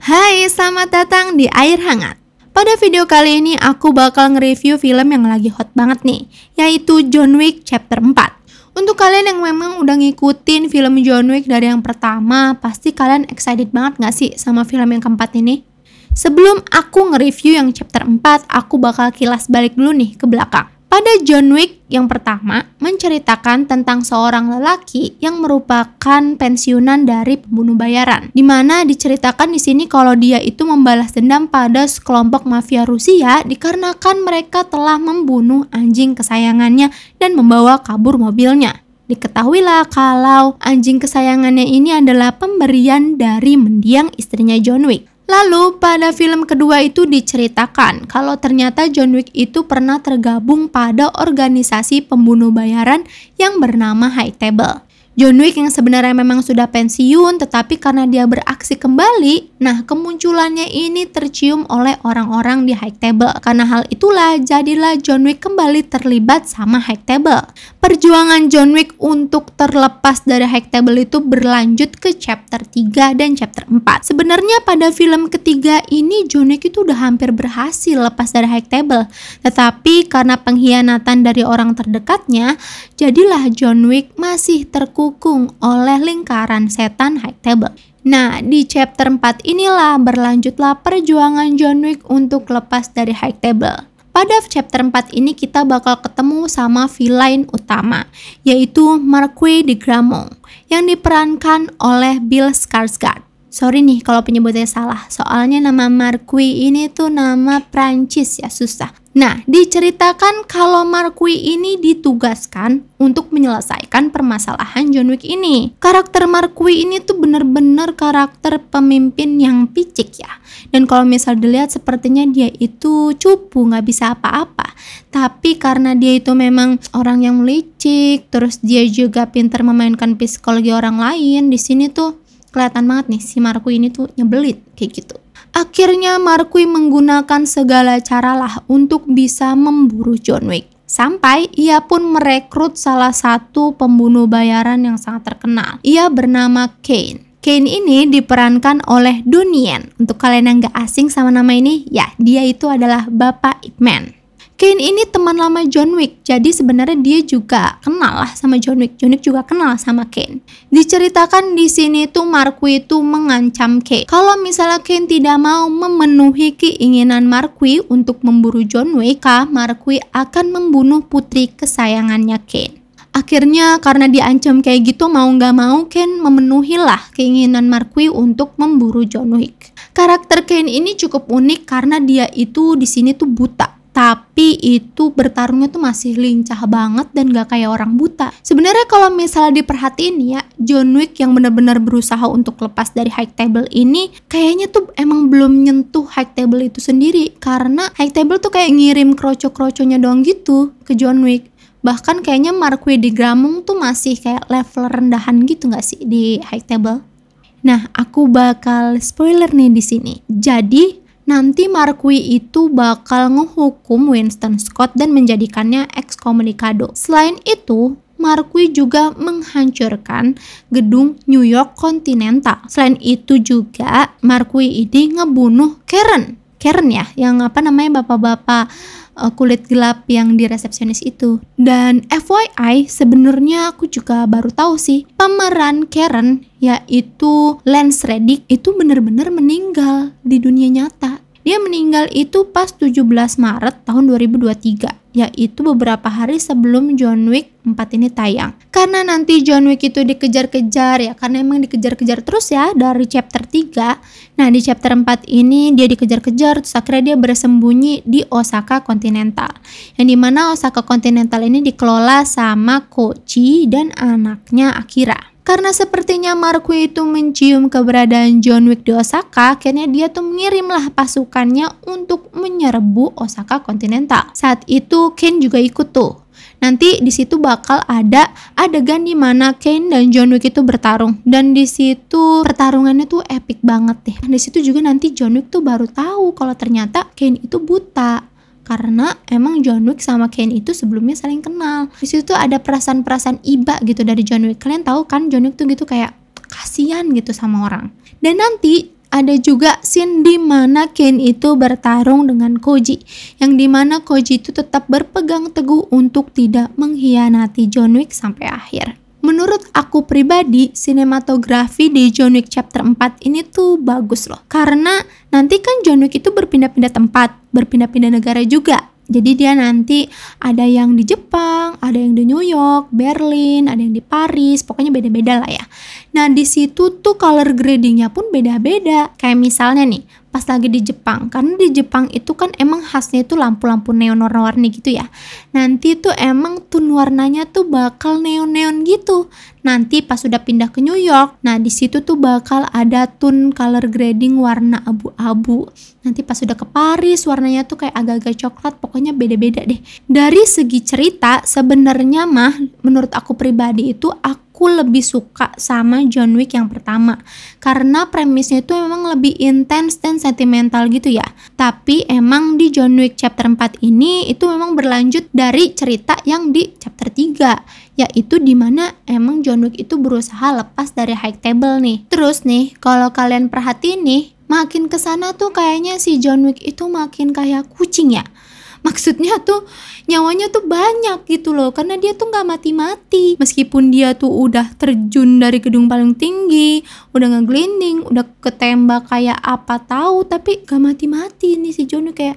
Hai, selamat datang di Air Hangat. Pada video kali ini aku bakal nge-review film yang lagi hot banget nih, yaitu John Wick Chapter 4. Untuk kalian yang memang udah ngikutin film John Wick dari yang pertama, pasti kalian excited banget gak sih sama film yang keempat ini? Sebelum aku nge-review yang Chapter 4, aku bakal kilas balik dulu nih ke belakang. Pada John Wick yang pertama menceritakan tentang seorang lelaki yang merupakan pensiunan dari pembunuh bayaran, di mana diceritakan di sini kalau dia itu membalas dendam pada sekelompok mafia Rusia dikarenakan mereka telah membunuh anjing kesayangannya dan membawa kabur mobilnya. Diketahuilah kalau anjing kesayangannya ini adalah pemberian dari mendiang istrinya John Wick. Lalu pada film kedua itu diceritakan kalau ternyata John Wick itu pernah tergabung pada organisasi pembunuh bayaran yang bernama High Table. John Wick yang sebenarnya memang sudah pensiun, tetapi karena dia beraksi kembali, nah kemunculannya ini tercium oleh orang-orang di High Table. Karena hal itulah jadilah John Wick kembali terlibat sama High Table. Perjuangan John Wick untuk terlepas dari High Table itu berlanjut ke chapter 3 dan chapter 4. Sebenarnya pada film ketiga ini John Wick itu udah hampir berhasil lepas dari High Table, tetapi karena pengkhianatan dari orang terdekatnya, jadilah John Wick masih terkukung oleh lingkaran setan High Table. Nah, di chapter 4 inilah berlanjutlah perjuangan John Wick untuk lepas dari High Table. Pada chapter 4 ini kita bakal ketemu sama villain utama, yaitu Marquis de Gramont, yang diperankan oleh Bill Skarsgård. Sorry nih kalau penyebutnya salah, soalnya nama Marquis ini tuh nama Prancis ya, susah. Nah, diceritakan kalau Marquis ini ditugaskan untuk menyelesaikan permasalahan John Wick ini. Karakter Marquis ini tuh bener-bener karakter pemimpin yang picik ya. Dan kalau misal dilihat sepertinya dia itu cupu, gak bisa apa-apa. Tapi karena dia itu memang orang yang licik, terus dia juga pintar memainkan psikologi orang lain, di sini tuh kelihatan banget nih si Marquis ini tuh nyebelit kayak gitu. Akhirnya Marquis menggunakan segala caralah untuk bisa memburu John Wick. Sampai ia pun merekrut salah satu pembunuh bayaran yang sangat terkenal. Ia bernama Kane. Kane ini diperankan oleh Donnie Yen. Untuk kalian yang gak asing sama nama ini, ya dia itu adalah Bapak Ip Man. Kane ini teman lama John Wick, jadi sebenarnya dia juga kenal lah sama John Wick. John Wick juga kenal sama Kane. Diceritakan di sini tuh Marquis itu mengancam Kane. Kalau misalnya Kane tidak mau memenuhi keinginan Marquis untuk memburu John Wick, Marquis akan membunuh putri kesayangannya Kane. Akhirnya karena diancam kayak gitu, mau gak mau Kane memenuhilah keinginan Marquis untuk memburu John Wick. Karakter Kane ini cukup unik karena dia itu di sini tuh buta. Tapi itu bertarungnya tuh masih lincah banget dan gak kayak orang buta. Sebenarnya kalau misalnya diperhatiin ya, John Wick yang benar-benar berusaha untuk lepas dari High Table ini kayaknya tuh emang belum nyentuh High Table itu sendiri. Karena High Table tuh kayak ngirim kroco-kroconya doang gitu ke John Wick. Bahkan kayaknya Marquis de Gramont tuh masih kayak level rendahan gitu gak sih di High Table. Nah, aku bakal spoiler nih di sini. Jadi nanti Marquis itu bakal ngehukum Winston Scott dan menjadikannya excommunicado. Selain itu, Marquis juga menghancurkan gedung New York Continental. Selain itu juga Marquis ini ngebunuh Karen ya, yang apa namanya bapak-bapak kulit gelap yang di resepsionis itu. Dan FYI, sebenarnya aku juga baru tahu sih, pemeran Karen yaitu Lance Reddick itu benar-benar meninggal di dunia nyata. Dia meninggal itu pas 17 Maret tahun 2023, yaitu beberapa hari sebelum John Wick 4 ini tayang. Karena nanti John Wick itu dikejar-kejar ya, karena emang dikejar-kejar terus ya dari chapter 3. Nah, di chapter 4 ini dia dikejar-kejar, terus akhirnya dia bersembunyi di Osaka Continental. Yang dimana Osaka Continental ini dikelola sama Kochi dan anaknya Akira. Karena sepertinya Marquis itu mencium keberadaan John Wick di Osaka, akhirnya dia tuh mengirimlah pasukannya untuk menyerbu Osaka Continental. Saat itu Kane juga ikut tuh. Nanti di situ bakal ada adegan di mana Kane dan John Wick itu bertarung, dan di situ pertarungannya tuh epic banget deh. Di situ juga nanti John Wick tuh baru tahu kalau ternyata Kane itu buta. Karena emang John Wick sama Kane itu sebelumnya saling kenal. Di situ tuh ada perasaan-perasaan iba gitu dari John Wick. Kalian tahu kan John Wick tuh gitu kayak kasihan gitu sama orang. Dan nanti ada juga scene di mana Kane itu bertarung dengan Koji, yang dimana Koji itu tetap berpegang teguh untuk tidak mengkhianati John Wick sampai akhir. Menurut aku pribadi, sinematografi di John Wick chapter 4 ini tuh bagus loh. Karena nanti kan John Wick itu berpindah-pindah tempat, berpindah-pindah negara juga. Jadi dia nanti ada yang di Jepang, ada yang di New York, Berlin, ada yang di Paris, pokoknya beda-beda lah ya. Nah di situ tuh color gradingnya pun beda-beda. Kayak misalnya nih, pas lagi di Jepang, karena di Jepang itu kan emang khasnya itu lampu-lampu neon warna-warni gitu ya. Nanti tuh emang tone warnanya tuh bakal neon-neon gitu. Nanti pas sudah pindah ke New York, nah di situ tuh bakal ada tone color grading warna abu-abu. Nanti pas sudah ke Paris, warnanya tuh kayak agak-agak coklat, pokoknya beda-beda deh. Dari segi cerita, sebenarnya mah menurut aku pribadi itu aku lebih suka sama John Wick yang pertama. Karena premisnya itu memang lebih intens dan sentimental gitu ya. Tapi emang di John Wick chapter 4 ini itu memang berlanjut dari cerita yang di chapter 3. Yaitu dimana emang John Wick itu berusaha lepas dari high table nih. Terus nih, kalau kalian perhatiin nih, makin kesana tuh kayaknya si John Wick itu makin kayak kucing ya. Maksudnya tuh nyawanya tuh banyak gitu loh, karena dia tuh gak mati-mati. Meskipun dia tuh udah terjun dari gedung paling tinggi, udah ngeglinding, udah ketembak kayak apa tahu, tapi gak mati-mati nih si John Wick, kayak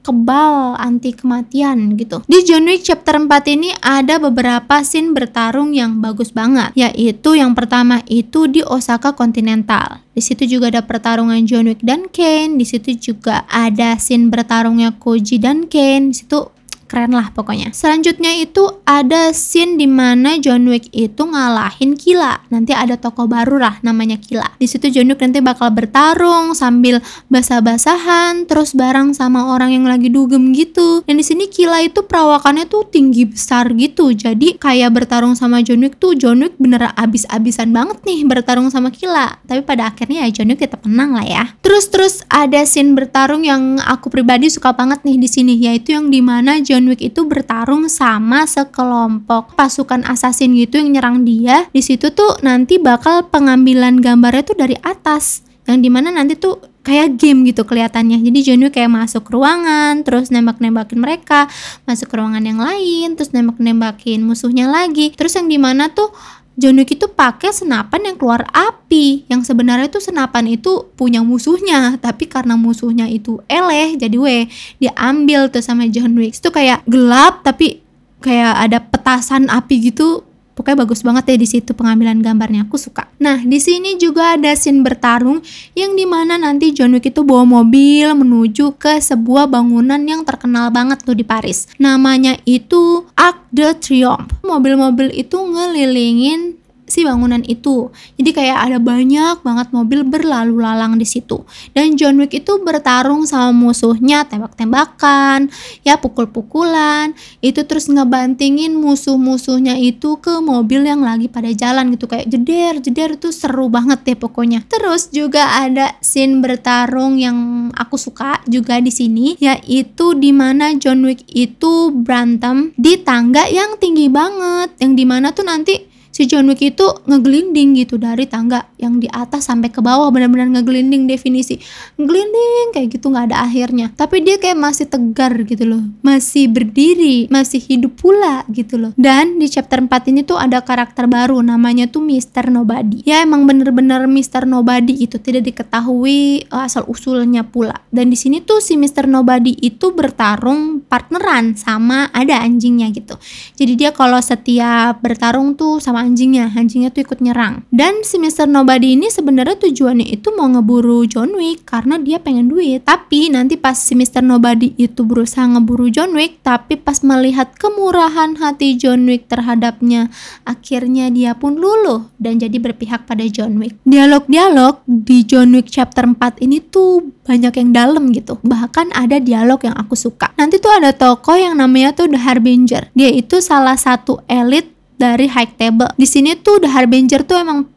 kebal anti kematian gitu. Di John Wick chapter 4 ini ada beberapa scene bertarung yang bagus banget, yaitu yang pertama itu di Osaka Continental. Di situ juga ada pertarungan John Wick dan Kane. Di situ juga ada scene bertarungnya Koji dan Kane. Di situ keren lah pokoknya. Selanjutnya itu ada scene dimana John Wick itu ngalahin Killa. Nanti ada tokoh baru lah namanya Killa. Di situ John Wick nanti bakal bertarung sambil basah-basahan, terus bareng sama orang yang lagi dugem gitu. Dan di sini Killa itu perawakannya tuh tinggi besar gitu. Jadi kayak bertarung sama John Wick tuh John Wick bener abis-abisan banget nih bertarung sama Killa. Tapi pada akhirnya ya John Wick tetap menang lah ya. Terus ada scene bertarung yang aku pribadi suka banget nih di sini, yaitu yang dimana John Wick itu bertarung sama sekelompok pasukan assassin gitu yang nyerang dia. Di situ tuh nanti bakal pengambilan gambarnya tuh dari atas, yang dimana nanti tuh kayak game gitu kelihatannya. Jadi John Wick kayak masuk ruangan, terus nembak-nembakin mereka, masuk ke ruangan yang lain, terus nembak-nembakin musuhnya lagi. Terus yang dimana tuh John Wick itu pakai senapan yang keluar api, yang sebenarnya tuh senapan itu punya musuhnya, tapi karena musuhnya itu eleh, jadi diambil tuh sama John Wick. Itu kayak gelap tapi kayak ada petasan api gitu. Pokoknya bagus banget ya di situ pengambilan gambarnya, aku suka. Nah, di sini juga ada scene bertarung yang dimana nanti John Wick itu bawa mobil menuju ke sebuah bangunan yang terkenal banget tuh di Paris. Namanya itu Arc de Triomphe. Mobil-mobil itu ngelilingin si bangunan itu. Jadi kayak ada banyak banget mobil berlalu lalang di situ. Dan John Wick itu bertarung sama musuhnya, tembak-tembakan, ya pukul-pukulan. Itu terus ngebantingin musuh-musuhnya itu ke mobil yang lagi pada jalan gitu, kayak jeder itu seru banget deh pokoknya. Terus juga ada scene bertarung yang aku suka juga di sini, yaitu dimana John Wick itu berantem di tangga yang tinggi banget, yang dimana tuh nanti si John Wick itu ngegelinding gitu dari tangga yang di atas sampai ke bawah, benar-benar ngegelinding, definisi ngegelinding kayak gitu, nggak ada akhirnya. Tapi dia kayak masih tegar gitu loh, masih berdiri, masih hidup pula gitu loh. Dan di chapter 4 ini tuh ada karakter baru, namanya tuh Mr. Nobody. Ya emang bener-bener Mr. Nobody itu tidak diketahui asal usulnya pula. Dan di sini tuh si Mr. Nobody itu bertarung partneran sama ada anjingnya gitu. Jadi dia kalau setiap bertarung tuh sama anjingnya tuh ikut nyerang. Dan si Mr. Nobody ini sebenarnya tujuannya itu mau ngeburu John Wick karena dia pengen duit. Tapi nanti pas si Mr. Nobody itu berusaha ngeburu John Wick, tapi pas melihat kemurahan hati John Wick terhadapnya, akhirnya dia pun luluh dan jadi berpihak pada John Wick. Dialog-dialog di John Wick chapter 4 ini tuh banyak yang dalam gitu. Bahkan ada dialog yang aku suka. Nanti tuh ada tokoh yang namanya tuh The Harbinger. Dia itu salah satu elit dari high table. Di sini tuh The Harbinger tuh emang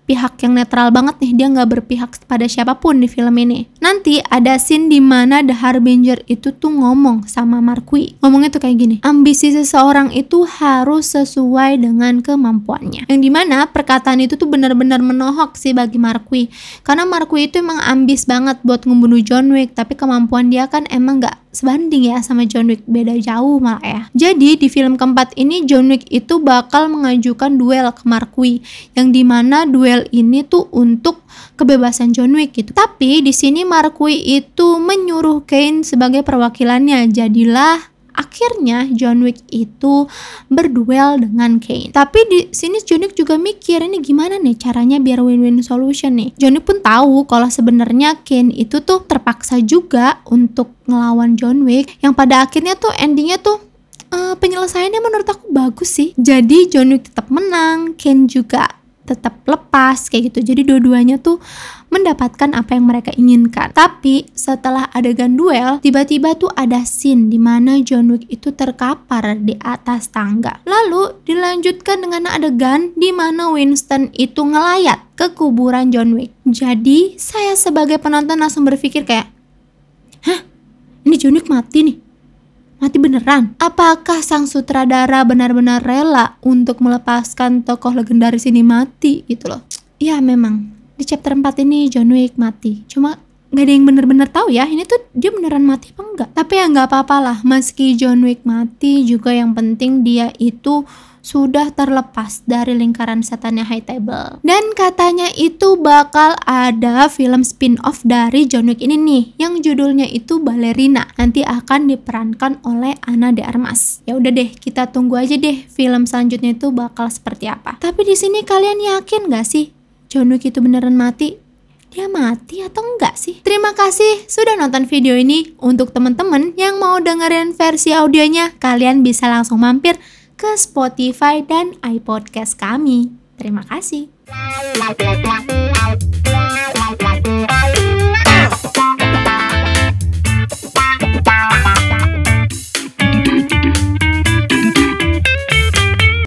pihak yang netral banget nih, dia nggak berpihak pada siapapun di film ini. Nanti ada scene dimana The Harbinger itu tuh ngomong sama Marquis. Ngomongnya tuh kayak gini, ambisi seseorang itu harus sesuai dengan kemampuannya. Yang dimana perkataan itu tuh benar-benar menohok sih bagi Marquis, karena Marquis itu emang ambis banget buat ngebunuh John Wick, tapi kemampuan dia kan emang nggak sebanding ya sama John Wick, beda jauh malah ya. Jadi di film keempat ini John Wick itu bakal mengajukan duel ke Marquis, yang dimana duel ini tuh untuk kebebasan John Wick gitu. Tapi di sini Marquis itu menyuruh Kane sebagai perwakilannya. Jadilah akhirnya John Wick itu berduel dengan Kane. Tapi di sini John Wick juga mikir, ini gimana nih caranya biar win-win solution nih. John Wick pun tahu kalau sebenarnya Kane itu tuh terpaksa juga untuk ngelawan John Wick, yang pada akhirnya tuh endingnya tuh penyelesaiannya menurut aku bagus sih. Jadi John Wick tetap menang, Kane juga tetap lepas kayak gitu. Jadi dua-duanya tuh mendapatkan apa yang mereka inginkan. Tapi setelah adegan duel, tiba-tiba tuh ada scene di mana John Wick itu terkapar di atas tangga. Lalu dilanjutkan dengan adegan di mana Winston itu ngelayat ke kuburan John Wick. Jadi saya sebagai penonton langsung berpikir kayak, hah? Ini John Wick mati nih? Mati beneran? Apakah sang sutradara benar-benar rela untuk melepaskan tokoh legendaris ini mati gitu loh? Ya memang di chapter 4 ini John Wick mati, cuma gak ada yang bener-bener tahu ya ini tuh dia beneran mati apa enggak. Tapi ya gak apa-apa lah, meski John Wick mati juga yang penting dia itu sudah terlepas dari lingkaran setannya High Table. Dan katanya itu bakal ada film spin-off dari John Wick ini nih, yang judulnya itu Ballerina. Nanti akan diperankan oleh Ana de Armas. Ya udah deh, kita tunggu aja deh film selanjutnya itu bakal seperti apa. Tapi di sini kalian yakin gak sih John Wick itu beneran mati? Dia mati atau enggak sih? Terima kasih sudah nonton video ini. Untuk teman-teman yang mau dengerin versi audionya, kalian bisa langsung mampir ke Spotify dan iPodcast kami. Terima kasih.